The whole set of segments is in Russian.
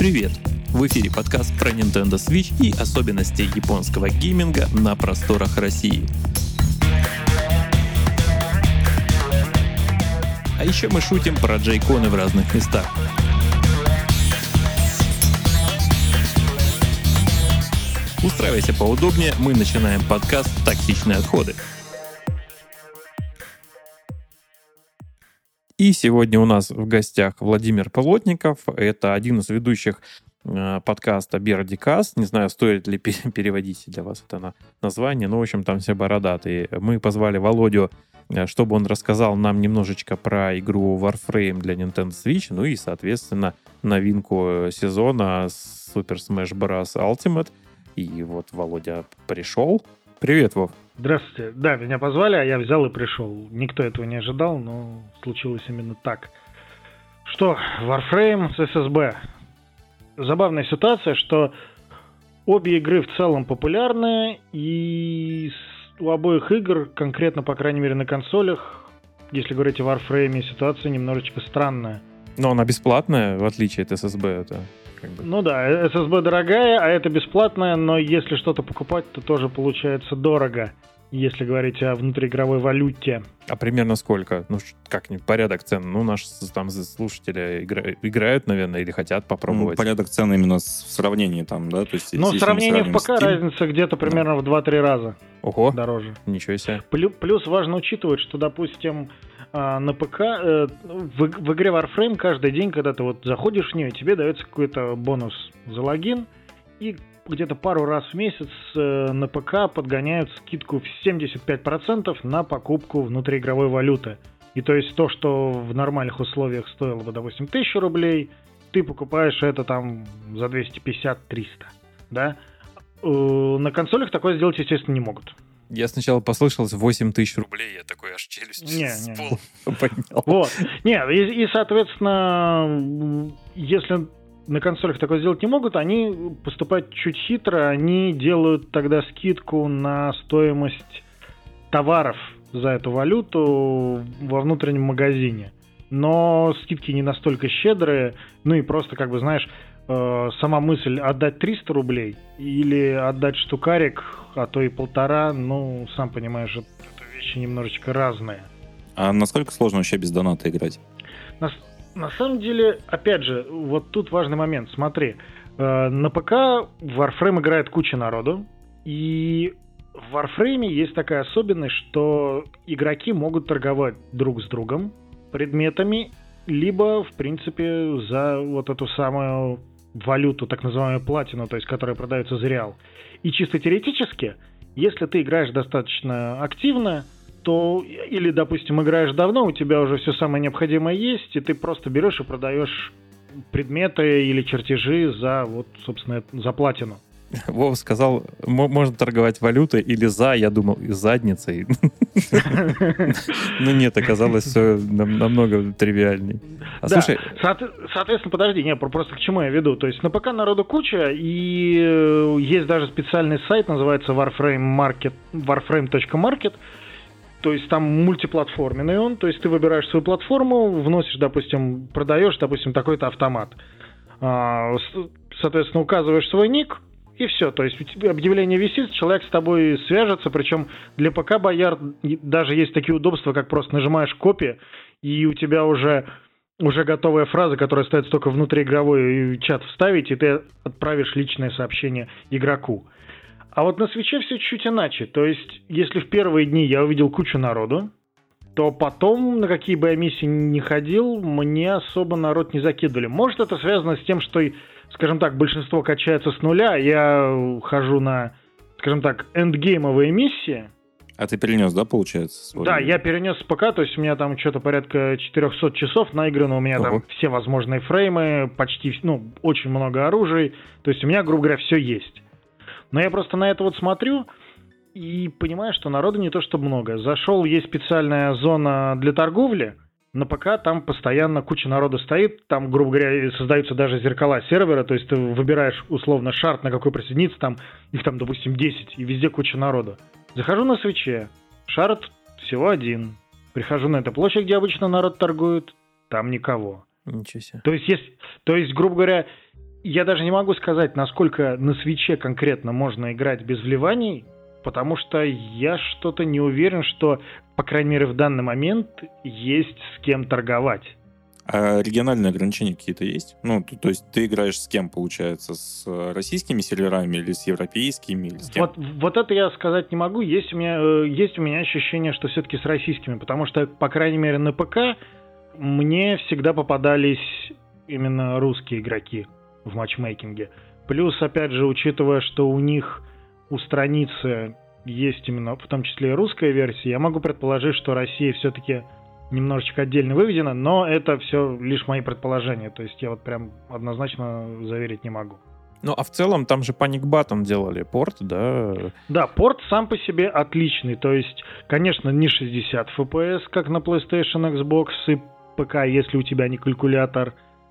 Привет! В эфире подкаст про Nintendo Switch и особенности японского гейминга на просторах России. А еще мы шутим про джейконы в разных местах. Устраивайся поудобнее, мы начинаем подкаст «Токсичные отходы». И сегодня у нас в гостях Владимир Полотников. Это один из ведущих подкаста Бердикаст. Не знаю, стоит ли переводить для вас это название, но, в общем, там все бородатые. Мы позвали Володю, чтобы он рассказал нам немножечко про игру Warframe для Nintendo Switch, ну и, соответственно, новинку сезона Super Smash Bros. Ultimate. И вот Володя пришел. Привет, Вов. Здравствуйте. Да, меня позвали, а я взял и пришел. Никто этого не ожидал, но случилось именно так. Что, Warframe с SSB. Забавная ситуация, что обе игры в целом популярны, и у обоих игр, конкретно, по крайней мере, на консолях, если говорить о Warframe, ситуация немножечко странная. Но она бесплатная, в отличие от SSB, это... Ну да, SSB дорогая, а это бесплатная, но если что-то покупать, то тоже получается дорого, если говорить о внутриигровой валюте. А примерно сколько? Ну, как-нибудь порядок цен. Ну, наши там слушатели играют, наверное, или хотят попробовать. Порядок цен именно в сравнении там, да? То есть, ну, в сравнении в ПК разница где-то примерно в 2-3 раза. Ого, дороже. Ничего себе. Плюс важно учитывать, что, допустим, на ПК в игре Warframe каждый день, когда ты вот заходишь в нее, тебе дается какой-то бонус за логин, и где-то пару раз в месяц на ПК подгоняют скидку в 75% на покупку внутриигровой валюты. И то есть то, что в нормальных условиях стоило бы, допустим, 1000 рублей, ты покупаешь это там за 250-300, да? На консолях такое сделать, естественно, не могут. Я сначала послышалось 8000 рублей, я такой аж челюсть с пола поднял. Вот. И, соответственно, если на консолях такое сделать не могут, они поступают чуть хитро, они делают тогда скидку на стоимость товаров за эту валюту во внутреннем магазине. Но скидки не настолько щедрые, ну и просто, как бы, знаешь, сама мысль отдать 300 рублей или отдать штукарик, а то и 1,5, ну, сам понимаешь, это вещи немножечко разные. А насколько сложно вообще без доната играть? На самом деле, опять же, вот тут важный момент. Смотри, на ПК в Warframe играет куча народу, и в Warframe есть такая особенность, что игроки могут торговать друг с другом предметами, либо, в принципе, за вот эту самую валюту, так называемую платину, то есть которая продается за реал. И чисто теоретически, если ты играешь достаточно активно, то, или, допустим, играешь давно, у тебя уже все самое необходимое есть, и ты просто берешь и продаешь предметы или чертежи за, вот, собственно, за платину. Вова сказал, можно торговать валютой или я думал, и задницей. Ну нет, оказалось все намного тривиальней. Слушай, соответственно, подожди, просто к чему я веду? То есть на ПК народу куча, и есть даже специальный сайт, называется warframe.market. То есть там мультиплатформенный он, то есть ты выбираешь свою платформу, вносишь, допустим, продаешь, допустим, такой-то автомат. Соответственно, указываешь свой ник, и все. То есть объявление висит, человек с тобой свяжется, причем для ПК бояр даже есть такие удобства, как просто нажимаешь копи, и у тебя уже готовая фраза, которая остается только внутриигровой чат вставить, и ты отправишь личное сообщение игроку. А вот на Свитче все чуть иначе. То есть, если в первые дни я увидел кучу народу, то потом, на какие бы я миссии ни ходил, мне особо народ не закидывали. Может, это связано с тем, что, скажем так, большинство качается с нуля, а я хожу на, скажем так, эндгеймовые миссии. А ты перенес, да, получается? Свой... Да, я перенес с ПК, то есть у меня там что-то порядка 400 часов наиграно, у меня там все возможные фреймы, почти, очень много оружий, то есть у меня, грубо говоря, все есть. Но я просто на это вот смотрю и понимаю, что народу не то чтобы много. Зашел, есть специальная зона для торговли, на ПК там постоянно куча народу стоит, там, грубо говоря, создаются даже зеркала сервера, то есть ты выбираешь условно шарт, на какой присоединиться, там их там, допустим, 10, и везде куча народу. Захожу на Свитче, шарт всего один. Прихожу на эту площадь, где обычно народ торгует, там никого. Ничего себе. То есть, грубо говоря, Я даже не могу сказать, насколько на свитче конкретно можно играть без вливаний, потому что я что-то не уверен, что, по крайней мере, в данный момент есть с кем торговать. А региональные ограничения какие-то есть? Ну, то есть ты играешь с кем, получается? С российскими серверами или с европейскими? Или с кем? Вот это я сказать не могу. Есть у меня ощущение, что все-таки с российскими, потому что, по крайней мере, на ПК мне всегда попадались именно русские игроки в матчмейкинге. Плюс, опять же, учитывая, что у них у страницы есть именно, в том числе и русская версия, я могу предположить, что Россия все-таки немножечко отдельно выведена, но это все лишь мои предположения. То есть я вот прям однозначно заверить не могу. Ну, а в целом там же Panic Button делали порт, да? Да, порт сам по себе отличный. То есть, конечно, не 60 FPS, как на PlayStation, Xbox и ПК, если у тебя не калькулятор,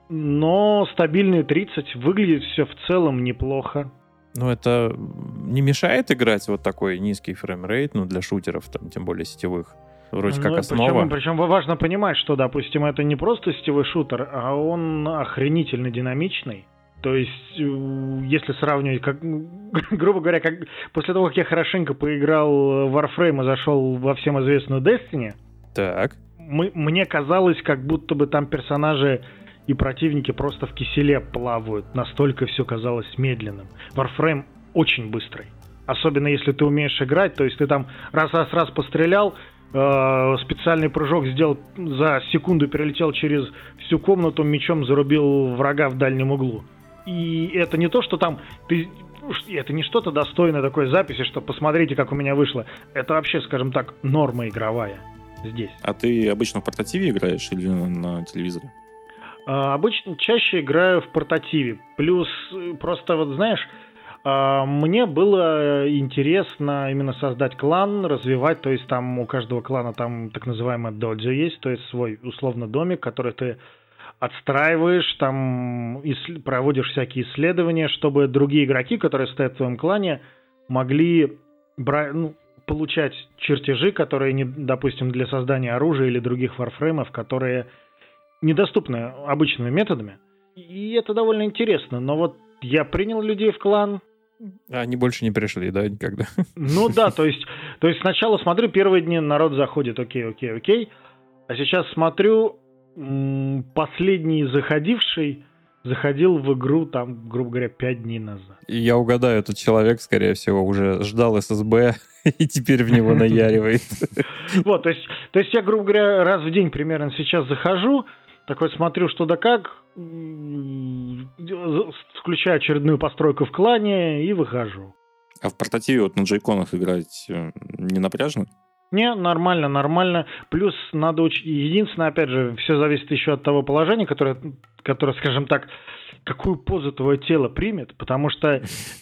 но стабильные 30, выглядит все в целом неплохо. Ну, это не мешает играть вот такой низкий фреймрейт, ну, для шутеров, там, тем более сетевых? Вроде как основа. Причем важно понимать, что, допустим, это не просто сетевой шутер, а он охренительно динамичный. То есть, если сравнивать, грубо говоря, после того, как я хорошенько поиграл в Warframe и зашел во всем известную Destiny, так. Мне казалось, как будто бы там персонажи и противники просто в киселе плавают. Настолько все казалось медленным. Warframe очень быстрый. Особенно если ты умеешь играть, то есть ты там раз пострелял, специальный прыжок сделал, за секунду перелетел через всю комнату, мечом зарубил врага в дальнем углу. И это не то, что там это не что-то достойное такой записи, что посмотрите, как у меня вышло. Это вообще, скажем так, норма игровая здесь. А ты обычно в портативе играешь или на телевизоре? Обычно чаще играю в портативе. Плюс просто вот знаешь, мне было интересно именно создать клан, развивать, то есть там у каждого клана там так называемая доджа есть, то есть свой условно домик, который ты отстраиваешь, там проводишь всякие исследования, чтобы другие игроки, которые стоят в твоем клане, могли получать чертежи, которые, допустим, для создания оружия или других варфреймов, которые недоступны обычными методами. И это довольно интересно. Но вот я принял людей в клан. А они больше не пришли, да, никогда? Ну да, то есть сначала смотрю, первые дни народ заходит, окей. А сейчас смотрю, последний заходил в игру, там, грубо говоря, 5 дней назад. И я угадаю, этот человек, скорее всего, уже ждал ССБ и теперь в него наяривает. Вот, то есть я, грубо говоря, раз в день примерно сейчас захожу, такой смотрю, что да как, включаю очередную постройку в клане и выхожу. А в портативе вот на джейконах играть не напряжно? Не, нормально. Плюс надо учить. Единственное, опять же, все зависит еще от того положения, которое, скажем так, какую позу твое тело примет, потому что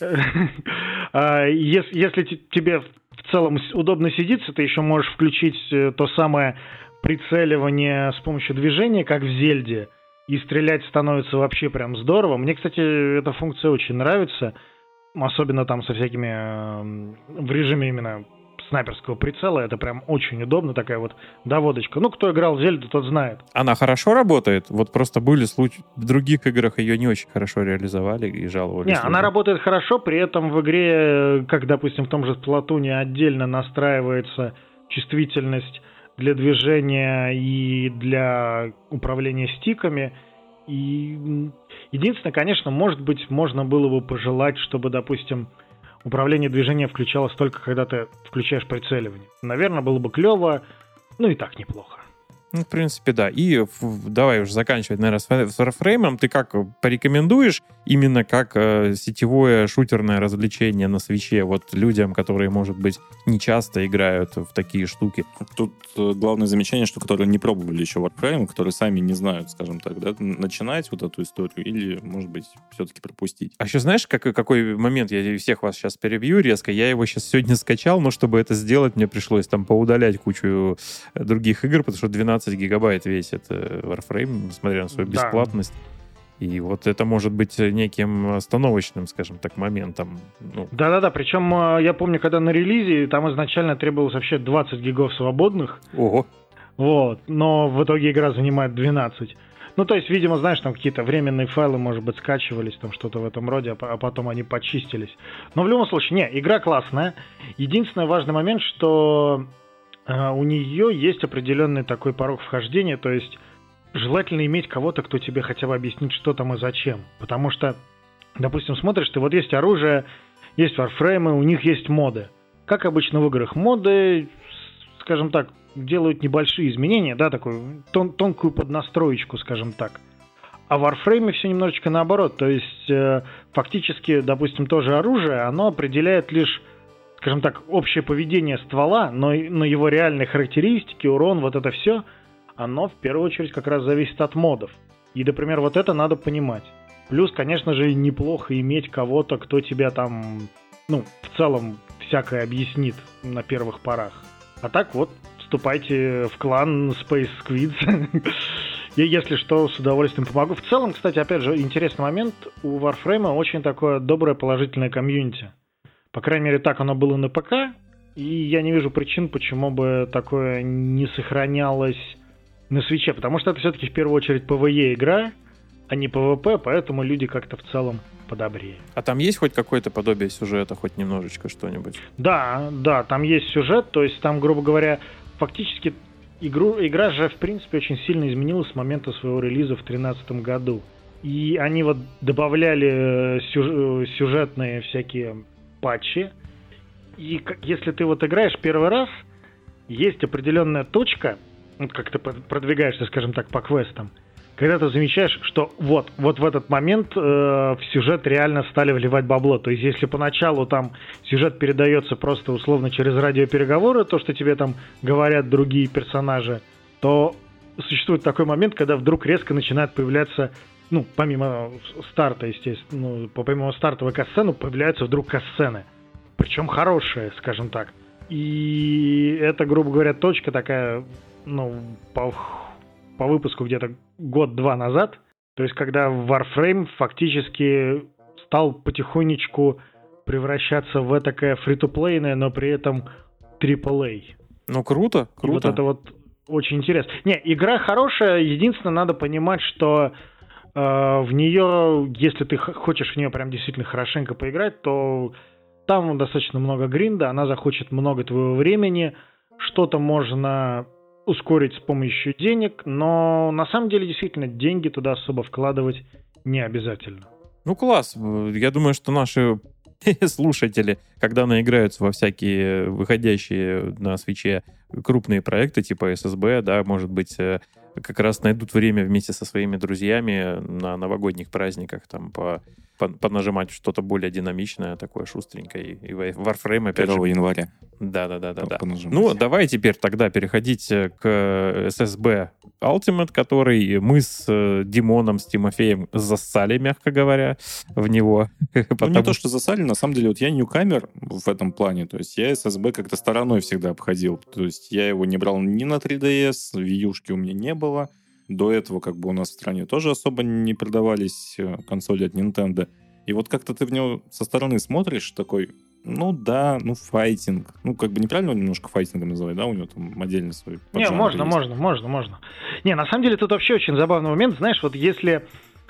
если тебе в целом удобно сидится, ты еще можешь включить то самое прицеливание с помощью движения, как в Зельде, и стрелять становится вообще прям здорово. Мне, кстати, эта функция очень нравится, особенно там со всякими в режиме именно снайперского прицела, это прям очень удобно, такая вот доводочка. Ну, кто играл в Зельду, тот знает. Она хорошо работает? Вот просто были случаи, в других играх ее не очень хорошо реализовали и жаловались. Не, она работает хорошо, при этом в игре, как, допустим, в том же Splatoon, отдельно настраивается чувствительность для движения и для управления стиками. И единственное, конечно, может быть, можно было бы пожелать, чтобы, допустим, управление движением включалось только когда ты включаешь прицеливание. Наверное, было бы клево, ну и так неплохо. Ну, в принципе, да. И давай уже заканчивать, наверное, с Warframe. Ты как порекомендуешь именно как сетевое шутерное развлечение на свитче вот людям, которые, может быть, не часто играют в такие штуки? Тут главное замечание, что которые не пробовали еще Warframe, которые сами не знают, скажем так, да, начинать вот эту историю или, может быть, все-таки пропустить. А еще знаешь, какой момент? Я всех вас сейчас перебью резко. Я его сейчас сегодня скачал, но чтобы это сделать, мне пришлось там поудалять кучу других игр, потому что 12 гигабайт весит Warframe, несмотря на свою бесплатность. И вот это может быть неким остановочным, скажем так, моментом. Ну. Да-да-да, причем я помню, когда на релизе, там изначально требовалось вообще 20 гигов свободных. Ого. Вот, но в итоге игра занимает 12. Ну, то есть, видимо, знаешь, там какие-то временные файлы, может быть, скачивались, там что-то в этом роде, а потом они почистились. Но в любом случае, не, игра классная. Единственный важный момент, что у нее есть определенный такой порог вхождения, то есть желательно иметь кого-то, кто тебе хотя бы объяснит, что там и зачем. Потому что, допустим, смотришь, ты вот есть оружие, есть варфреймы, у них есть моды. Как обычно в играх, моды, скажем так, делают небольшие изменения, да, такую тонкую поднастроечку, скажем так. А в Warframe все немножечко наоборот. То есть, фактически, допустим, тоже оружие, оно определяет лишь, скажем так, общее поведение ствола, но его реальные характеристики, урон, вот это все, оно в первую очередь как раз зависит от модов. И, например, вот это надо понимать. Плюс, конечно же, неплохо иметь кого-то, кто тебя там, ну, в целом всякое объяснит на первых порах. А так вот, вступайте в клан Space Squids. Я, если что, с удовольствием помогу. В целом, кстати, опять же, интересный момент. У Warframe очень такое доброе, положительное комьюнити. По крайней мере, так оно было на ПК. И я не вижу причин, почему бы такое не сохранялось на свитче. Потому что это все-таки в первую очередь PvE игра, а не PvP, поэтому люди как-то в целом подобрее. А там есть хоть какое-то подобие сюжета, хоть немножечко что-нибудь? Да, там есть сюжет, то есть там, грубо говоря, фактически игра же, в принципе, очень сильно изменилась с момента своего релиза в 2013 году. И они вот добавляли сюжетные всякие патчи. И если ты вот играешь первый раз, есть определенная точка, вот как ты продвигаешься, скажем так, по квестам, когда ты замечаешь, что вот в этот момент в сюжет реально стали вливать бабло. То есть, если поначалу там сюжет передается просто условно через радиопереговоры, то, что тебе там говорят другие персонажи, то существует такой момент, когда вдруг резко начинает появляться, ну, помимо старта, естественно, ну, помимо стартовой катсцены, появляются вдруг катсцены. Причем хорошие, скажем так. И это, грубо говоря, точка такая, ну, по выпуску где-то год-два назад, то есть когда Warframe фактически стал потихонечку превращаться в этакое фри-то-плейное, но при этом AAA. Ну, круто. И вот это вот очень интересно. Не, игра хорошая, единственное, надо понимать, что в нее, если ты хочешь в нее прям действительно хорошенько поиграть, то там достаточно много гринда, она захочет много твоего времени, что-то можно ускорить с помощью денег, но на самом деле действительно деньги туда особо вкладывать не обязательно. Ну, класс. Я думаю, что наши слушатели, когда наиграются во всякие выходящие на свитче крупные проекты типа SSB, да, может быть, как раз найдут время вместе со своими друзьями на новогодних праздниках там понажимать что-то более динамичное, такое шустренькое. И Warframe, опять 1 января. Да. Ну, давай теперь тогда переходить к SSB Ultimate, который мы с Димоном, с Тимофеем зассали, мягко говоря, в него. Ну, не то, что засали, на самом деле, вот я ньюкамер в этом плане, то есть я SSB как-то стороной всегда обходил, то есть я его не брал ни на 3DS, Wii-шки у меня не было, до этого как бы у нас в стране тоже особо не продавались консоли от Nintendo, и вот как-то ты в него со стороны смотришь, такой, ну да, ну файтинг, ну как бы неправильно немножко файтингом называть, да, у него там отдельно свой поджанр. Не, можно. Не, на самом деле тут вообще очень забавный момент, знаешь, вот если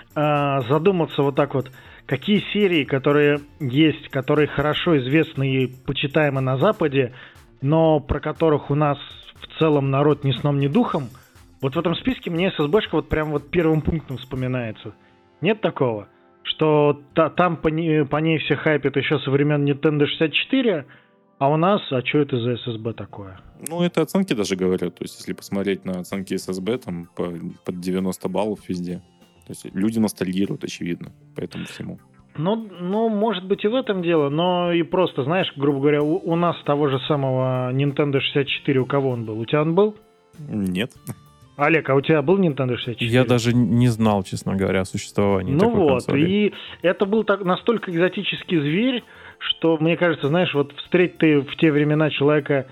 задуматься вот так вот, какие серии, которые есть, которые хорошо известны и почитаемы на Западе, но про которых у нас в целом народ ни сном, ни духом, вот в этом списке мне ССБшка вот прям вот первым пунктом вспоминается. Нет такого? Что там по ней все хайпят еще со времен Nintendo 64, а у нас, а что это за SSB такое? Ну, это оценки даже говорят. То есть, если посмотреть на оценки SSB, там под 90 баллов везде. То есть, люди ностальгируют, очевидно, по этому всему. Ну, может быть и в этом дело, но и просто, знаешь, грубо говоря, у нас того же самого Nintendo 64, у кого он был? У тебя он был? Нет. Олег, а у тебя был Nintendo 64? Я даже не знал, честно говоря, о существовании такой консоли. И это был настолько экзотический зверь, что, мне кажется, знаешь, вот встреть ты в те времена человека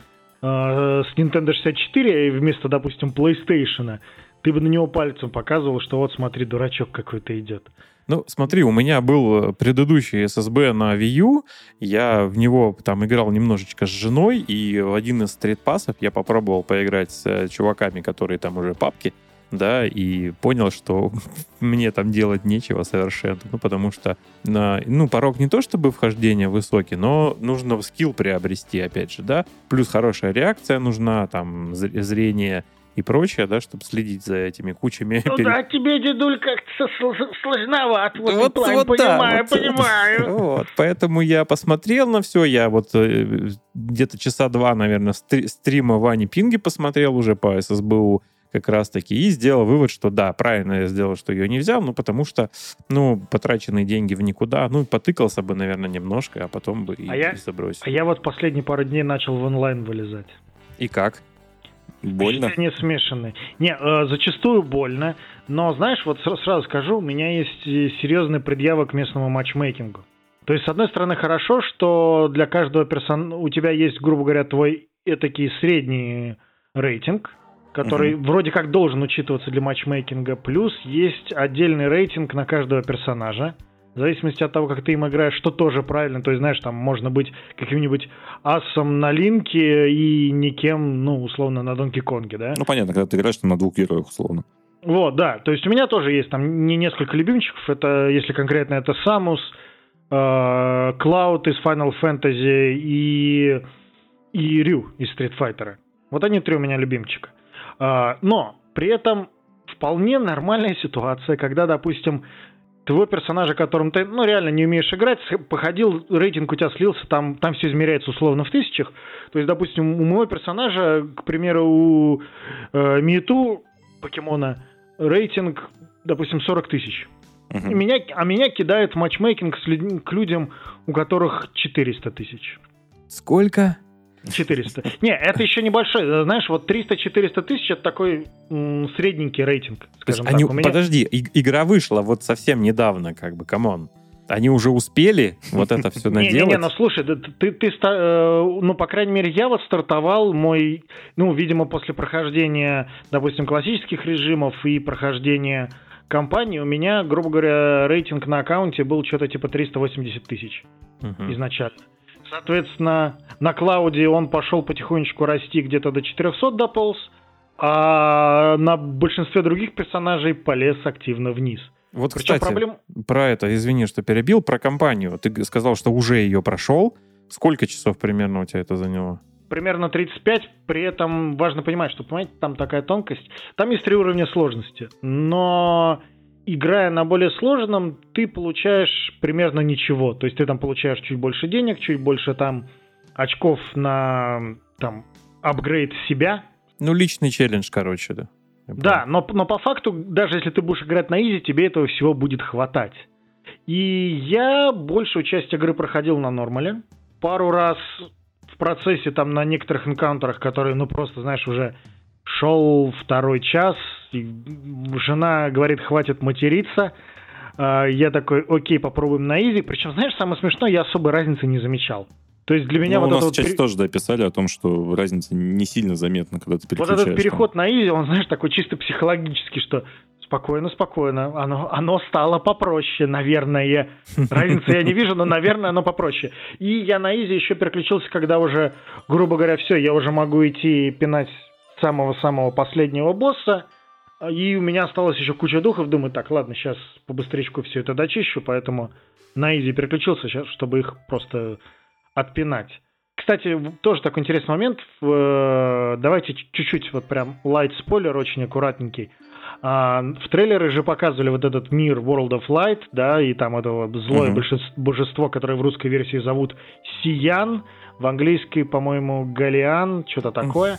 с Nintendo 64 вместо, допустим, PlayStation, ты бы на него пальцем показывал, что вот смотри, дурачок какой-то идет. Ну, смотри, у меня был предыдущий SSB на Wii U, я в него там играл немножечко с женой, и в один из стритпассов я попробовал поиграть с чуваками, которые там уже папки, да, и понял, что мне там делать нечего совершенно, потому что, порог не то чтобы вхождения высокий, но нужно скилл приобрести, опять же, да, плюс хорошая реакция нужна, там, зрение и прочее, да, чтобы следить за этими кучами. Да, тебе, дедуль, как-то сложновато. Понимаю. Вот, поэтому я посмотрел на все, я где-то часа 2, наверное, стрима Вани Пинги посмотрел уже по ССБУ как раз-таки и сделал вывод, что да, правильно я сделал, что ее не взял, потому что, потраченные деньги в никуда, потыкался бы, наверное, немножко, а потом бы и забросил. А я последние пару дней начал в онлайн вылезать. И как? Больно? Не смешанные. Не, зачастую больно, но, знаешь, сразу скажу, у меня есть серьезные предъявы к местному матчмейкингу. То есть, с одной стороны, хорошо, что для каждого у тебя есть, грубо говоря, твой этакий средний рейтинг, который вроде как должен учитываться для матчмейкинга, плюс есть отдельный рейтинг на каждого персонажа, в зависимости от того, как ты им играешь, что тоже правильно. То есть, знаешь, там можно быть каким-нибудь асом на Линке и никем, условно, на Донки Конге, да? Понятно, когда ты играешь там на 2 героях, условно. Вот, да. То есть у меня тоже есть там не несколько любимчиков. Это, если конкретно, это Самус, Клауд из Final Fantasy и Рю из Street Fighter. Вот они 3 у меня любимчика. Но при этом вполне нормальная ситуация, когда, допустим, твой персонаж, о котором ты, реально не умеешь играть, походил, рейтинг у тебя слился, там все измеряется условно в тысячах. То есть, допустим, у моего персонажа, к примеру, у Мьюту покемона рейтинг, допустим, 40 тысяч. Меня кидает в матчмейкинг к людям, у которых 400 тысяч. Сколько? 400. Не, это еще небольшой. Знаешь, 300-400 тысяч — это такой средненький рейтинг, скажем так. Подожди, игра вышла совсем недавно, камон. Они уже успели это все наделать? Слушай, ты по крайней мере, я стартовал мой, видимо, после прохождения, допустим, классических режимов и прохождения кампании, у меня, грубо говоря, рейтинг на аккаунте был что-то типа 380 тысяч изначально. Соответственно, на Клауде он пошел потихонечку расти, где-то до 400 дополз, а на большинстве других персонажей полез активно вниз. Кстати, про это, извини, что перебил, про кампанию. Ты сказал, что уже ее прошел. Сколько часов примерно у тебя это заняло? Примерно 35, при этом важно понимать, что, понимаете, там такая тонкость. Там есть 3 уровня сложности, но играя на более сложном, ты получаешь примерно ничего. То есть ты там получаешь чуть больше денег, чуть больше там очков на апгрейд себя. Личный челлендж, короче, да. Да, но по факту, даже если ты будешь играть на изи, тебе этого всего будет хватать. И я большую часть игры проходил на нормале. Пару раз в процессе на некоторых энкаунтерах, которые, просто, знаешь, уже шел 2-й час, и жена говорит, хватит материться. Я такой, окей, попробуем на изи. Причем, знаешь, самое смешное, я особой разницы не замечал. То есть для меня у нас в чате тоже дописали о том, что разница не сильно заметна, когда ты переключаешь. Этот переход на изи, он, знаешь, такой чисто психологический, что спокойно, оно стало попроще, наверное. Разницы я не вижу, но, наверное, оно попроще. И я на изи еще переключился, когда уже, грубо говоря, все, я уже могу идти пинать самого-самого последнего босса, и у меня осталось еще куча духов. Думаю, так, ладно, сейчас побыстречку все это дочищу, поэтому на изи переключился сейчас, чтобы их просто отпинать. Кстати, тоже такой интересный момент. Давайте чуть-чуть прям лайт-спойлер, очень аккуратненький. В трейлере же показывали этот мир World of Light, да, и там этого злое божество, которое в русской версии зовут Сиян, в английской, по-моему, Галиан, что-то такое.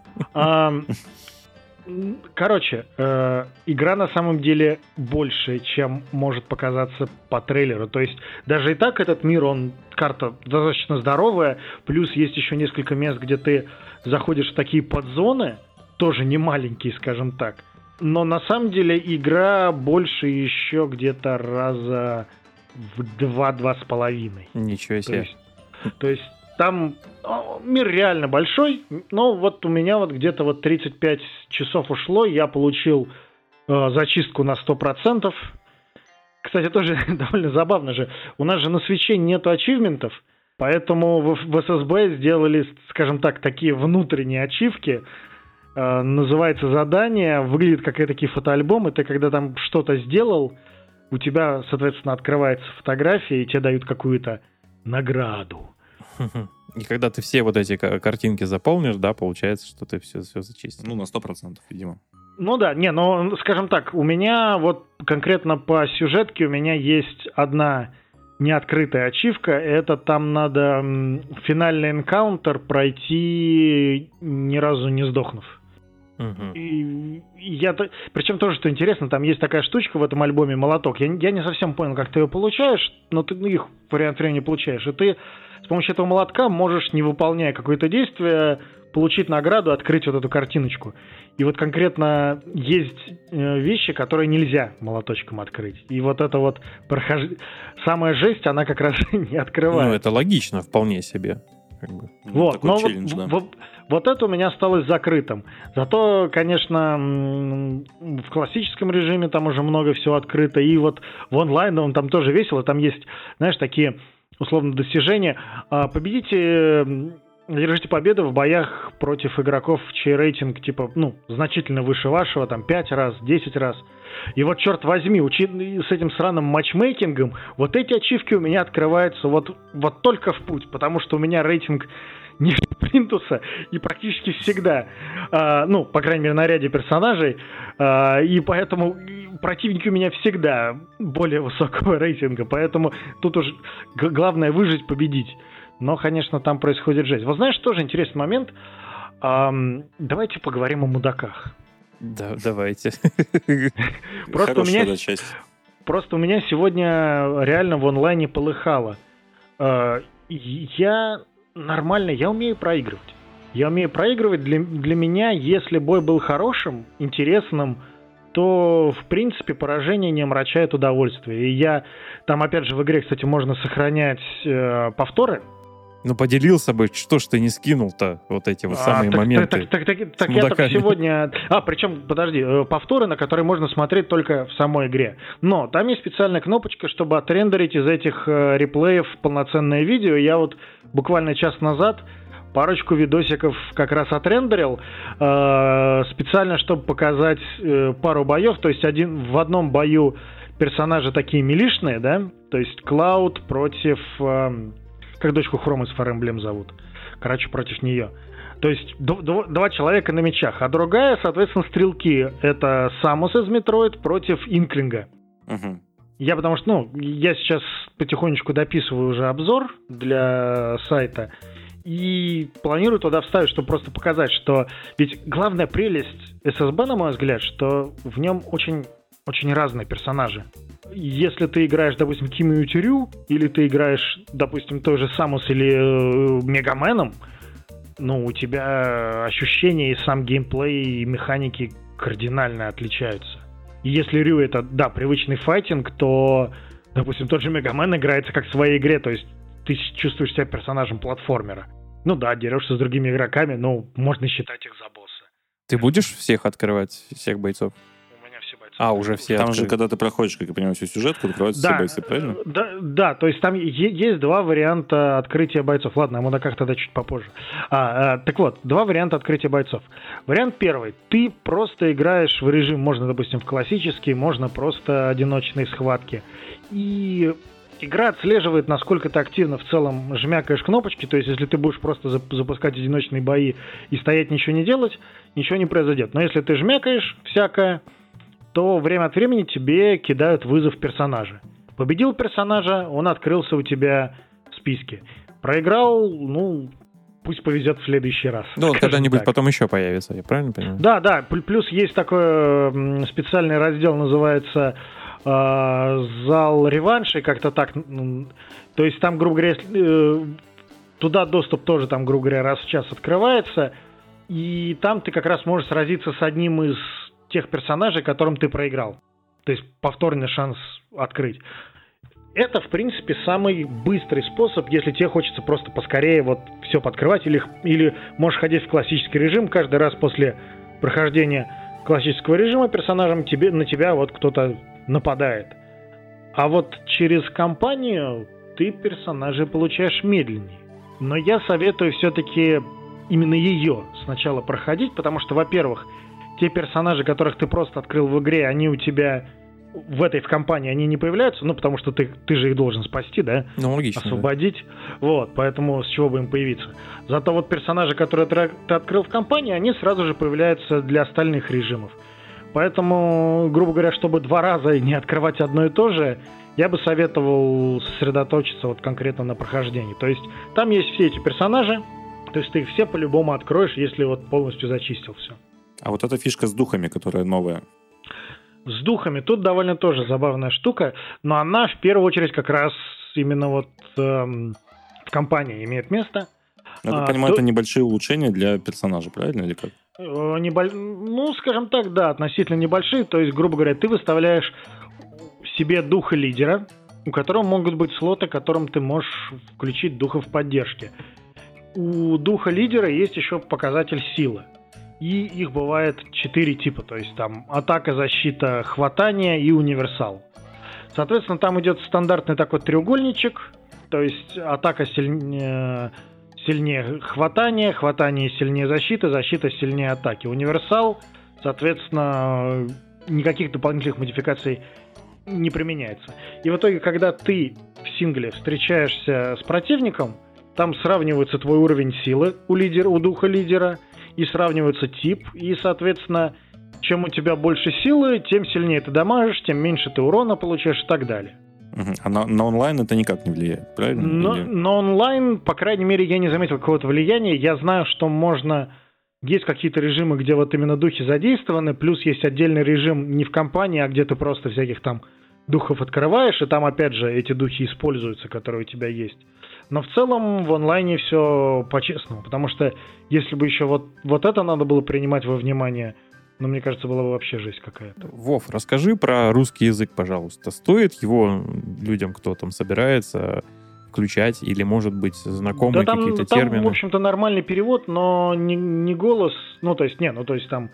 Короче, игра на самом деле больше, чем может показаться по трейлеру. То есть даже и так этот мир, карта достаточно здоровая, плюс есть еще несколько мест, где ты заходишь в такие подзоны, тоже не маленькие, скажем так. Но на самом деле игра больше еще где-то раза в 2-2,5. Ничего себе. То есть там мир реально большой, но у меня где-то 35 часов ушло, я получил зачистку на 100%. Кстати, тоже довольно забавно же. У нас же на Свитче нету ачивментов, поэтому в ССБ сделали, скажем так, такие внутренние ачивки. называется задание, выглядит как этакий фотоальбом, и ты когда там что-то сделал, у тебя, соответственно, открывается фотография, и тебе дают какую-то награду. И когда ты все вот эти картинки заполнишь, да, получается, что ты все зачистил. Ну, на 100%, видимо. Ну да, но, скажем так, у меня вот конкретно по сюжетке у меня есть одна неоткрытая ачивка, это там надо финальный энкаунтер пройти, ни разу не сдохнув. И причем тоже, что интересно, там есть такая штучка в этом альбоме, молоток. Я не совсем понял, как ты ее получаешь, но ты их вариант времени получаешь. И ты с помощью этого молотка можешь, не выполняя какое-то действие, получить награду, открыть вот эту картиночку. И вот конкретно есть вещи, которые нельзя молоточком открыть. И вот это вот самая жесть, она как раз не открывает. Ну, это логично, вполне себе. Вот, но вот это у меня осталось закрытым. Зато, конечно, в классическом режиме там уже много всего открыто. И вот в онлайновом там тоже весело. Там есть, знаешь, такие условно достижения. Победите, одержите победу в боях против игроков, чей рейтинг типа, значительно выше вашего, там 5 раз, 10 раз. И вот, черт возьми, с этим сраным матчмейкингом, вот эти ачивки у меня открываются вот только в путь, потому что у меня рейтинг ниже плинтуса и практически всегда, по крайней мере, на ряде персонажей, и поэтому противники у меня всегда более высокого рейтинга, поэтому тут уж главное выжить, победить. Но, конечно, там происходит жесть. Вот знаешь, тоже интересный момент. Давайте поговорим о мудаках. Да, давайте. Просто у меня сегодня реально в онлайне полыхало. Я умею проигрывать. Для меня, если бой был хорошим, интересным, то, в принципе, поражение не омрачает удовольствие. И там, опять же, в игре, кстати, можно сохранять повторы. Ну, поделился бы, что ж ты не скинул-то, вот эти вот самые моменты. Так я так сегодня... Причем, подожди, повторы, на которые можно смотреть только в самой игре. Но там есть специальная кнопочка, чтобы отрендерить из этих реплеев полноценное видео. Я вот буквально час назад парочку видосиков как раз отрендерил, специально, чтобы показать пару боев. То есть в одном бою персонажи такие милишные, да? То есть Клауд против... как дочку Хрома из Fire Emblem зовут. Короче, против нее. То есть два человека на мечах, а другая, соответственно, стрелки. Это Самус из Metroid против Инклинга. Угу. Я потому что, я сейчас потихонечку дописываю уже обзор для сайта и планирую туда вставить, чтобы просто показать, что ведь главная прелесть ССБ, на мой взгляд, что в нем очень, очень разные персонажи. Если ты играешь, допустим, Кимми Ютирю, или ты играешь, допустим, той же Самус или Мегаменом, у тебя ощущения и сам геймплей, и механики кардинально отличаются. И если Рю это, привычный файтинг, то, допустим, тот же Мегамен играется как в своей игре, то есть ты чувствуешь себя персонажем платформера. Дерешься с другими игроками, можно считать их за босса. Ты будешь всех открывать, всех бойцов? Уже все там открыты. же, когда ты проходишь, как я понимаю, всю сюжетку, открываются все бойцы, правильно? Да, то есть там есть два варианта открытия бойцов. Ладно, о мудаках тогда чуть попозже. Так вот, два варианта открытия бойцов. Вариант первый. Ты просто играешь в режим, можно, допустим, в классический, можно просто одиночные схватки. И игра отслеживает, насколько ты активно в целом жмякаешь кнопочки. То есть, если ты будешь просто запускать одиночные бои и стоять ничего не делать, ничего не произойдет. Но если ты жмякаешь всякое, то время от времени тебе кидают вызов персонажа. Победил персонажа, он открылся у тебя в списке. Проиграл, пусть повезет в следующий раз. Он когда-нибудь потом еще появится, я правильно понимаю? Да, плюс есть такой специальный раздел, называется «Зал реваншей», как-то так. То есть там, грубо говоря, туда доступ тоже, там, грубо говоря, раз в час открывается, и там ты как раз можешь сразиться с одним из тех персонажей, которым ты проиграл. То есть повторный шанс открыть. Это, в принципе, самый быстрый способ, если тебе хочется просто поскорее все подкрывать, или можешь ходить в классический режим, каждый раз после прохождения классического режима персонажем на тебя кто-то нападает. А через кампанию ты персонажей получаешь медленнее. Но я советую все-таки именно ее сначала проходить, потому что, во-первых, те персонажи, которых ты просто открыл в игре, они у тебя в компании они не появляются, ну, потому что ты же их должен спасти, да? Ну, логично. Освободить. Да. Вот, поэтому с чего бы им появиться. Зато вот персонажи, которые ты открыл в кампании, они сразу же появляются для остальных режимов. Поэтому, грубо говоря, чтобы 2 раза не открывать одно и то же, я бы советовал сосредоточиться вот конкретно на прохождении. То есть там есть все эти персонажи, то есть ты их все по-любому откроешь, если вот полностью зачистил все. А вот эта фишка с духами, которая новая. С духами тут довольно тоже забавная штука, но она в первую очередь как раз именно вот в кампании имеет место. Я так понимаю, это небольшие улучшения для персонажа, правильно или как? Ну, скажем так, да, относительно небольшие. То есть, грубо говоря, ты выставляешь себе духа лидера, у которого могут быть слоты, которым ты можешь включить духов поддержки. У духа лидера есть еще показатель силы. И их бывает 4 типа, то есть там атака, защита, хватание и универсал. Соответственно, там идет стандартный такой треугольничек, то есть атака сильнее хватания, хватание сильнее защиты, защита сильнее атаки. Универсал, соответственно, никаких дополнительных модификаций не применяется. И в итоге, когда ты в сингле встречаешься с противником, там сравнивается твой уровень силы у духа лидера, и сравнивается тип, и, соответственно, чем у тебя больше силы, тем сильнее ты дамажишь, тем меньше ты урона получаешь и так далее. А на онлайн это никак не влияет, правильно? На онлайн, по крайней мере, я не заметил какого-то влияния. Я знаю, что можно... Есть какие-то режимы, где вот именно духи задействованы, плюс есть отдельный режим не в компании, а где ты просто всяких там духов открываешь, и там, опять же, эти духи используются, которые у тебя есть. Но в целом в онлайне все по-честному, потому что если бы еще вот это надо было принимать во внимание, ну, мне кажется, была бы вообще жесть какая-то. Вов, расскажи про русский язык, пожалуйста. Стоит его людям, кто там собирается, включать, или, может быть, знакомые да, какие-то там, термины? В общем-то, нормальный перевод, но не голос, то есть там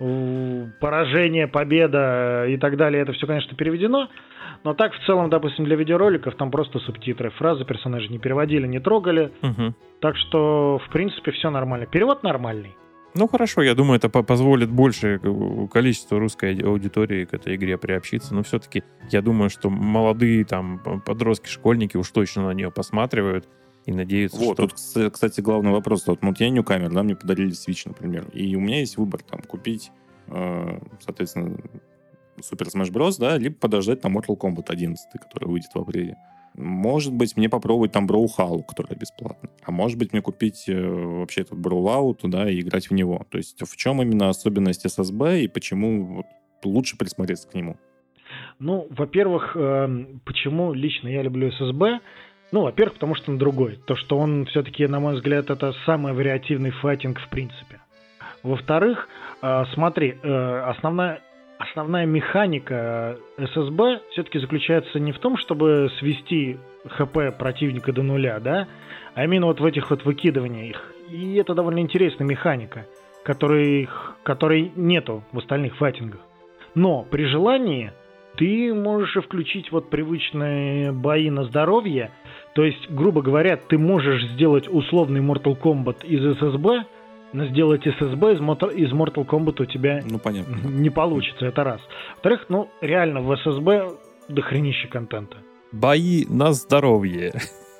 поражение, победа и так далее, это все, конечно, переведено. Но так, в целом, допустим, для видеороликов там просто субтитры. Фразы персонажи не переводили, не трогали. Угу. Так что, в принципе, все нормально. Перевод нормальный. Ну, хорошо, я думаю, это позволит большее количество русской аудитории к этой игре приобщиться. Но все-таки я думаю, что молодые там подростки, школьники уж точно на нее посматривают и надеются, вот, что... тут, кстати, главный вопрос. Вот я ньюкамер, да, мне подарили Switch, например. И у меня есть выбор там купить, соответственно... Super Smash Bros., да, либо подождать на Mortal Kombat 11, который выйдет в апреле. Может быть, мне попробовать там Brawlhalla, которая бесплатна. А может быть, мне купить вообще этот Brawlout, да, и играть в него. То есть в чем именно особенность SSB и почему лучше присмотреться к нему? Ну, во-первых, почему лично я люблю SSB? Ну, во-первых, потому что он другой. То, что он все-таки, на мой взгляд, это самый вариативный файтинг в принципе. Во-вторых, смотри, Основная механика SSB все-таки заключается не в том, чтобы свести ХП противника до нуля, да, а именно вот в этих вот выкидываниях их. И это довольно интересная механика, которой нету в остальных файтингах. Но при желании ты можешь и включить вот привычные бои на здоровье. То есть, грубо говоря, ты можешь сделать условный Mortal Kombat из SSB, но сделать SSB из Mortal Kombat у тебя не получится, это раз. Во-вторых, реально в SSB дохренище контента. Бои на здоровье.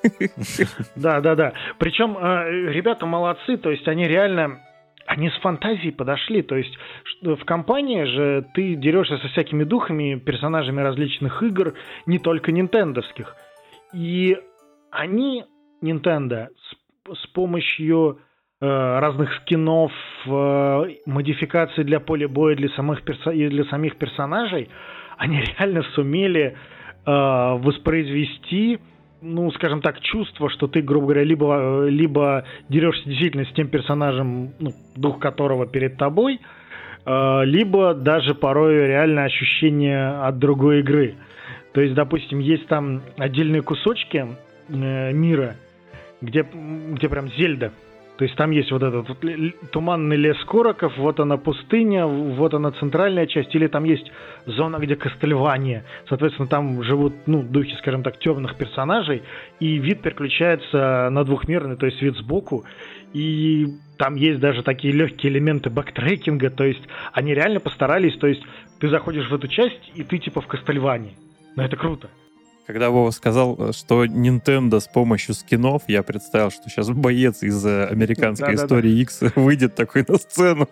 Да. Причем ребята молодцы, то есть они с фантазией подошли. То есть в компании же ты дерешься со всякими духами, персонажами различных игр, не только нинтендовских. И они, Nintendo, с помощью разных скинов, модификаций для поля боя для самих персонажей, они реально сумели воспроизвести, скажем так, чувство, что ты, грубо говоря, либо дерешься действительно с тем персонажем, дух которого перед тобой, либо даже порой реально ощущение от другой игры. То есть, допустим, есть там отдельные кусочки мира, где прям Зельда. То есть там есть вот этот вот туманный лес Короков, вот она пустыня, вот она центральная часть, или там есть зона, где Кастельвания. Соответственно, там живут, духи, скажем так, темных персонажей, и вид переключается на двухмерный, то есть вид сбоку. И там есть даже такие легкие элементы бэктрекинга, то есть они реально постарались, то есть ты заходишь в эту часть, и ты типа в Кастельвании. Но это круто. Когда Вова сказал, что Nintendo с помощью скинов, я представил, что сейчас боец из американской истории X выйдет такой на сцену.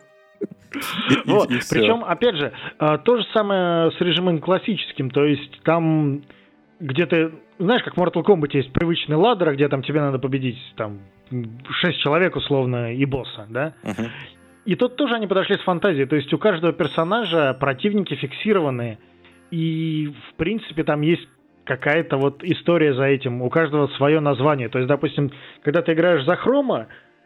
Вот. Причем, опять же, то же самое с режимом классическим, то есть там где-то, знаешь, как в Mortal Kombat есть привычный ладдер, где там тебе надо победить там 6 человек условно и босса, да? И тут тоже они подошли с фантазией, то есть у каждого персонажа противники фиксированные, и в принципе там есть какая-то вот история за этим, у каждого свое название, то есть, допустим, когда ты играешь за Хрома,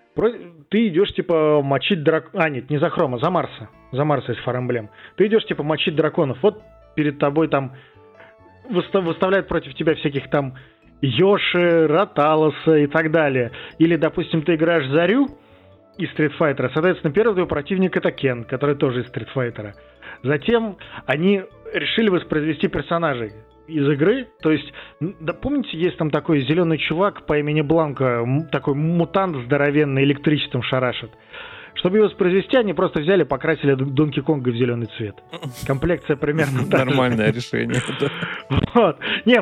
ты идешь, типа, мочить драконов. Нет, не за Хрома, за Марса. За Марса из Fire Emblem. Ты идешь, типа, мочить драконов. Вот перед тобой там выставляют против тебя всяких там Йоши, Раталоса и так далее. Или, допустим, ты играешь за Рю из Street Fighter. Соответственно, первый твой противник это Кен, который тоже из Street Fighter. Затем они решили воспроизвести персонажей из игры, то есть, да, помните, есть там такой зеленый чувак по имени Бланко, такой мутант здоровенный, электричеством шарашит. Чтобы его воспроизвести, они просто взяли, покрасили Донки Конга в зеленый цвет. Комплекция примерно так. Нормальное решение. Вот. Не,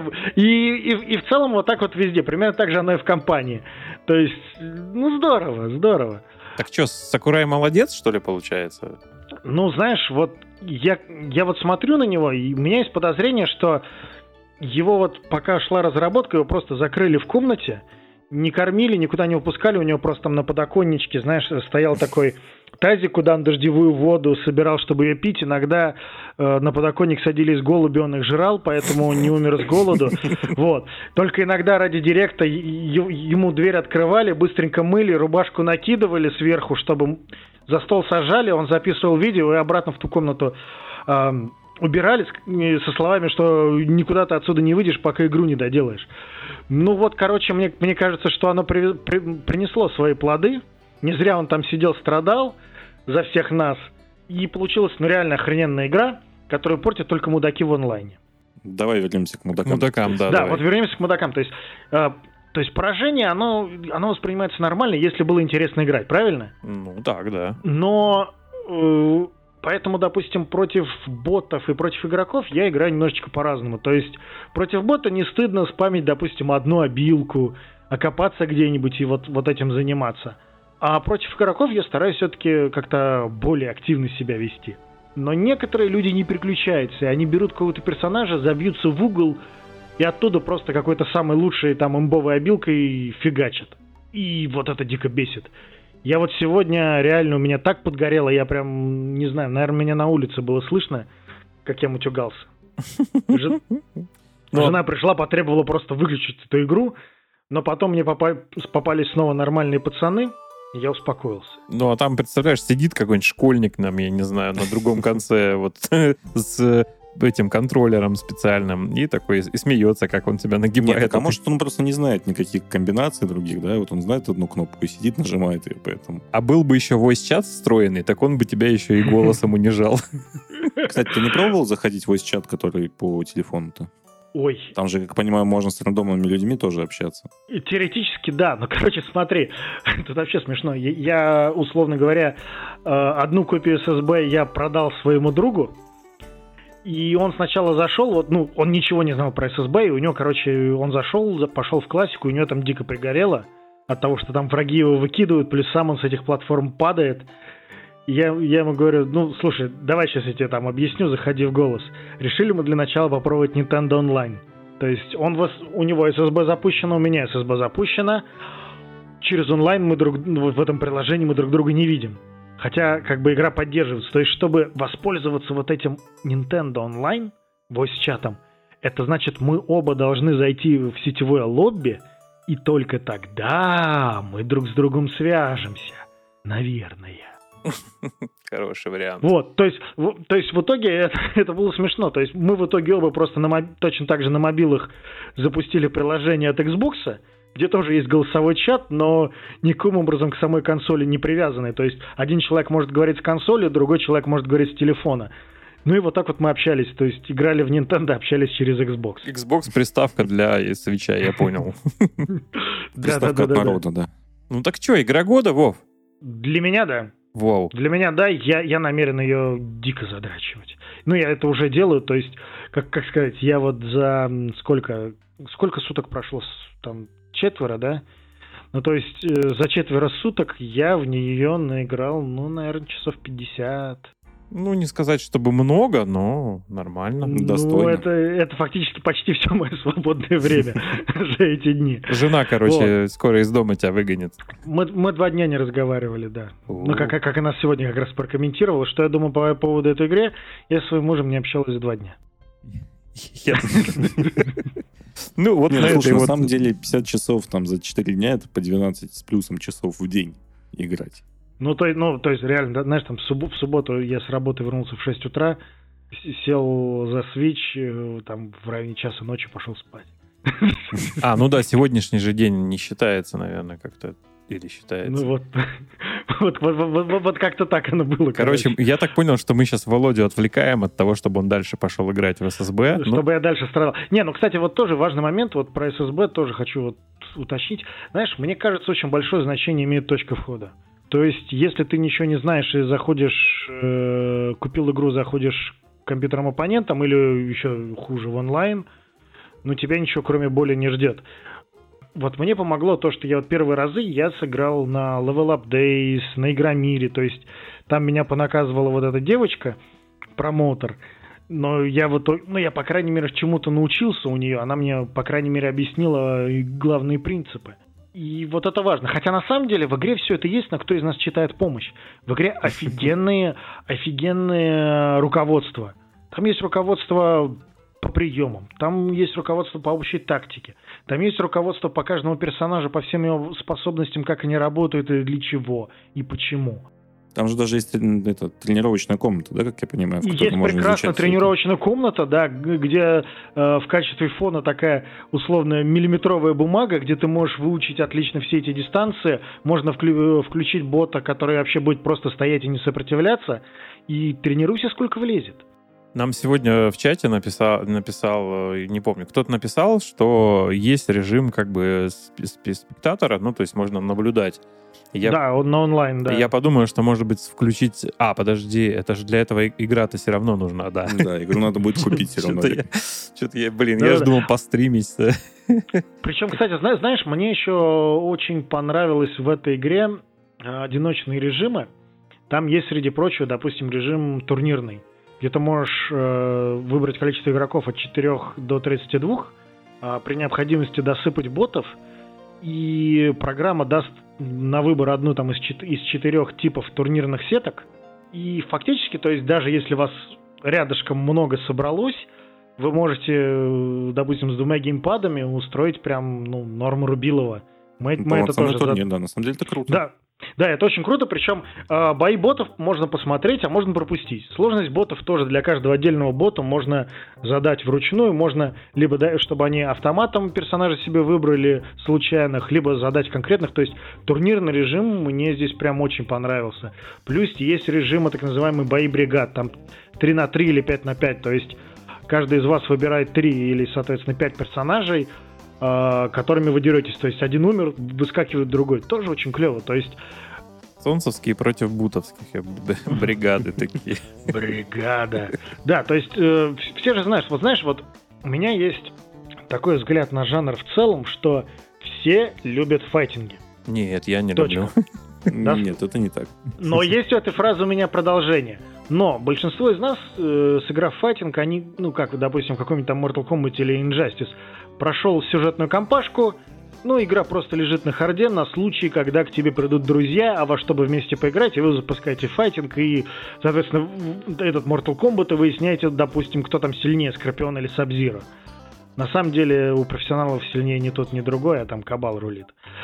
и в целом вот так вот везде. Примерно так же оно и в компании. То есть, ну, здорово. Так что, Сакурай молодец, что ли, получается? Ну, знаешь, вот я вот смотрю на него, и у меня есть подозрение, что его вот пока шла разработка, его просто закрыли в комнате, не кормили, никуда не выпускали, у него просто там на подоконничке, знаешь, стоял такой тазик, куда он дождевую воду собирал, чтобы ее пить. Иногда на подоконник садились голуби, он их жрал, поэтому он не умер с голоду. Вот. Только иногда ради директа ему дверь открывали, быстренько мыли, рубашку накидывали сверху, чтобы за стол сажали, он записывал видео и обратно в ту комнату убирали со словами, что никуда ты отсюда не выйдешь, пока игру не доделаешь. Ну вот, короче, мне кажется, что оно принесло свои плоды. Не зря он там сидел, страдал за всех нас. И получилась, ну, реально охрененная игра, которую портят только мудаки в онлайне. Давай вернемся к мудакам. Да, давай. Вот вернемся к мудакам. То есть поражение, оно воспринимается нормально, если было интересно играть, правильно? Ну, так, да. Но поэтому, допустим, против ботов и против игроков я играю немножечко по-разному. То есть против бота не стыдно спамить, допустим, одну обилку, окопаться где-нибудь и вот этим заниматься. А против игроков я стараюсь все-таки как-то более активно себя вести. Но некоторые люди не переключаются, и они берут какого-то персонажа, забьются в угол, и оттуда просто какой-то самый лучший там имбовой обилкой фигачат. И вот это дико бесит. Я вот сегодня реально, у меня так подгорело, я прям, не знаю, наверное, меня на улице было слышно, как я мутюгался. Жена пришла, потребовала просто выключить эту игру, но потом мне попались снова нормальные пацаны, и я успокоился. Ну, а там, представляешь, сидит какой-нибудь школьник нам, я не знаю, на другом конце вот с этим контроллером специальным, и такой и смеется, как он тебя нагибает. Нет, а может он просто не знает никаких комбинаций других, да? Вот он знает одну кнопку и сидит, нажимает ее, поэтому... А был бы еще voice-чат встроенный, так он бы тебя еще и голосом унижал. Кстати, ты не пробовал заходить в voice-чат, который по телефону-то? Ой. Там же, как понимаю, можно с рандомными людьми тоже общаться. Теоретически, да. Но, короче, смотри, тут вообще смешно. Я, условно говоря, одну копию SSB я продал своему другу, и он сначала зашел, вот, ну, он ничего не знал про SSB, и у него, короче, он зашел, пошел в классику, у него там дико пригорело от того, что там враги его выкидывают, плюс сам он с этих платформ падает. Я ему говорю, ну, слушай, давай сейчас я тебе там объясню, заходи в голос. Решили мы для начала попробовать Nintendo Online. То есть у него SSB запущено, у меня SSB запущено. Через онлайн в этом приложении мы друг друга не видим. Хотя, как бы, игра поддерживается. То есть, чтобы воспользоваться вот этим Nintendo Online, voice-чатом, это значит, мы оба должны зайти в сетевое лобби, и только тогда мы друг с другом свяжемся. Наверное. Хороший вариант. Вот, то есть в итоге это было смешно. То есть мы в итоге оба просто точно так же на мобилах запустили приложение от Xbox, где тоже есть голосовой чат, но никаким образом к самой консоли не привязанный. То есть один человек может говорить с консоли, другой человек может говорить с телефона. Ну и вот так вот мы общались. То есть играли в Nintendo, общались через Xbox. Xbox приставка для Switch'а, я понял. Приставка от народа, да. Ну так что, игра года, Вов? Для меня, да. Вау. Для меня, да, я намерен ее дико задрачивать. Ну, я это уже делаю, то есть, как сказать, я вот за сколько суток прошло, там, 4, да? Ну, то есть, за 4 суток я в нее наиграл, ну, наверное, часов 50. Ну, не сказать, чтобы много, но нормально, достойно. Ну, это фактически почти все мое свободное время за эти дни. Жена, короче, скоро из дома тебя выгонит. Мы 2 дня не разговаривали, да. Ну, как она сегодня как раз прокомментировала, что я думаю по поводу этой игры, я с своим мужем не общалась 2 дня. Ну, вот на самом деле 50 часов там за 4 дня, это по 12 с плюсом часов в день играть. Ну, то есть, реально, да, знаешь, там в субботу я с работы вернулся в 6 утра, сел за Switch, там в районе часа ночи пошел спать. Ну да, сегодняшний же день не считается, наверное, как-то, или считается. Ну вот как-то так оно было. Короче, я так понял, что мы сейчас Володю отвлекаем от того, чтобы он дальше пошел играть в ССБ. Чтобы я дальше страдал. Не, ну, кстати, вот тоже важный момент, вот про ССБ тоже хочу вот уточнить. Знаешь, мне кажется, очень большое значение имеет точка входа. То есть, если ты ничего не знаешь и заходишь, купил игру, заходишь к компьютерным оппонентам или еще хуже в онлайн, ну, тебя ничего кроме боли не ждет. Вот мне помогло то, что я вот первые разы я сыграл на Level Up Days, на Игромире, то есть там меня понаказывала вот эта девочка, промоутер, но я по крайней мере чему-то научился у нее, она мне по крайней мере объяснила главные принципы. И вот это важно. Хотя на самом деле в игре все это есть, но кто из нас читает помощь? В игре офигенные руководства. Там есть руководство по приемам, там есть руководство по общей тактике, там есть руководство по каждому персонажу, по всем его способностям, как они работают и для чего, и почему. Там же даже есть тренировочная комната, да, как я понимаю, в которой есть можно прекрасная тренировочная комната, да, где в качестве фона такая условная миллиметровая бумага, где ты можешь выучить отлично все эти дистанции, можно включить бота, который вообще будет просто стоять и не сопротивляться, и тренируйся, сколько влезет. Нам сегодня в чате написал, не помню, кто-то написал, что есть режим как бы спектатора, ну, то есть можно наблюдать. Да, он на онлайн, да. Я подумаю, что, может быть, включить... подожди, это же для этого игра-то все равно нужна, да. Да, игру надо будет купить все равно. Что-то я же думал постримить. Причем, кстати, знаешь, мне еще очень понравилось в этой игре одиночные режимы. Там есть, среди прочего, допустим, режим турнирный, где ты можешь выбрать количество игроков от 4 до 32, при необходимости досыпать ботов, и программа даст на выбор одну там из 4 типов турнирных сеток. И фактически, то есть даже если вас рядышком много собралось, вы можете, допустим, с 2 геймпадами устроить прям норму Рубилова. Мы это тоже... турнир, да, на самом деле это круто. Да, это очень круто, причем бои ботов можно посмотреть, а можно пропустить. Сложность ботов тоже для каждого отдельного бота можно задать вручную, можно либо, чтобы они автоматом персонажей себе выбрали случайных, либо задать конкретных, то есть турнирный режим мне здесь прям очень понравился. Плюс есть режимы так называемые бои бригад, там 3-3 или 5-5, то есть каждый из вас выбирает 3 или, соответственно, 5 персонажей, которыми вы деретесь. То есть один умер, выскакивает другой. Тоже очень клево. То есть солнцевские против бутовских бригады такие. Бригада. Да, то есть все же знают. Вот знаешь, вот у меня есть такой взгляд на жанр в целом, что все любят файтинги. Нет, я не люблю. Нет, это не так. Но есть у этой фразы у меня продолжение. Но большинство из нас, сыграв файтинг, они, допустим, в каком-нибудь там Mortal Kombat или Injustice, прошел сюжетную кампашку, игра просто лежит на харде на случай, когда к тебе придут друзья, а во что бы вместе поиграть, и вы запускаете файтинг, и, соответственно, этот Mortal Kombat, и выясняете, допустим, кто там сильнее, Скорпион или Саб-Зиро. На самом деле у профессионалов сильнее ни тот, ни другой, а там Кабал рулит.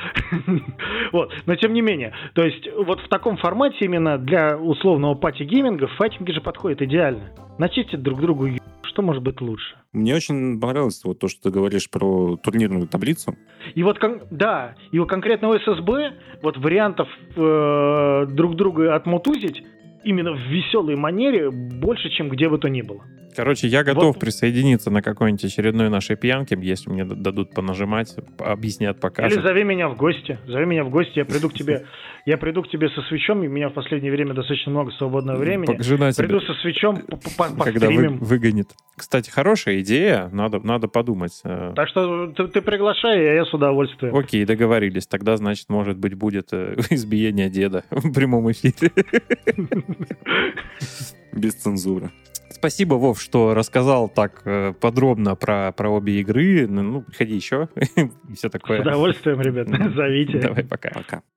Вот. Но тем не менее, то есть вот в таком формате именно для условного пати-гейминга файтинги же подходят идеально. Начистить друг другу, что может быть лучше? Мне очень понравилось вот то, что ты говоришь про турнирную таблицу. И вот, и у конкретного ССБ вот вариантов друг друга отмутузить именно в веселой манере больше, чем где бы то ни было. Короче, я готов присоединиться на какой-нибудь очередной нашей пьянке, если мне дадут понажимать, объяснят, покажут. Или зови меня в гости. Я приду к тебе со свечом, и у меня в последнее время достаточно много свободного времени. Жена приду со свечом, когда выгонит. Кстати, хорошая идея, надо подумать. Так что ты приглашай, а я с удовольствием. Окей, договорились. Тогда, значит, может быть, будет избиение деда в прямом эфире. Без цензуры. Спасибо, Вов, что рассказал так подробно про обе игры. Ну, приходи еще. И все такое. С удовольствием, ребята. Зовите. Давай, пока. Пока.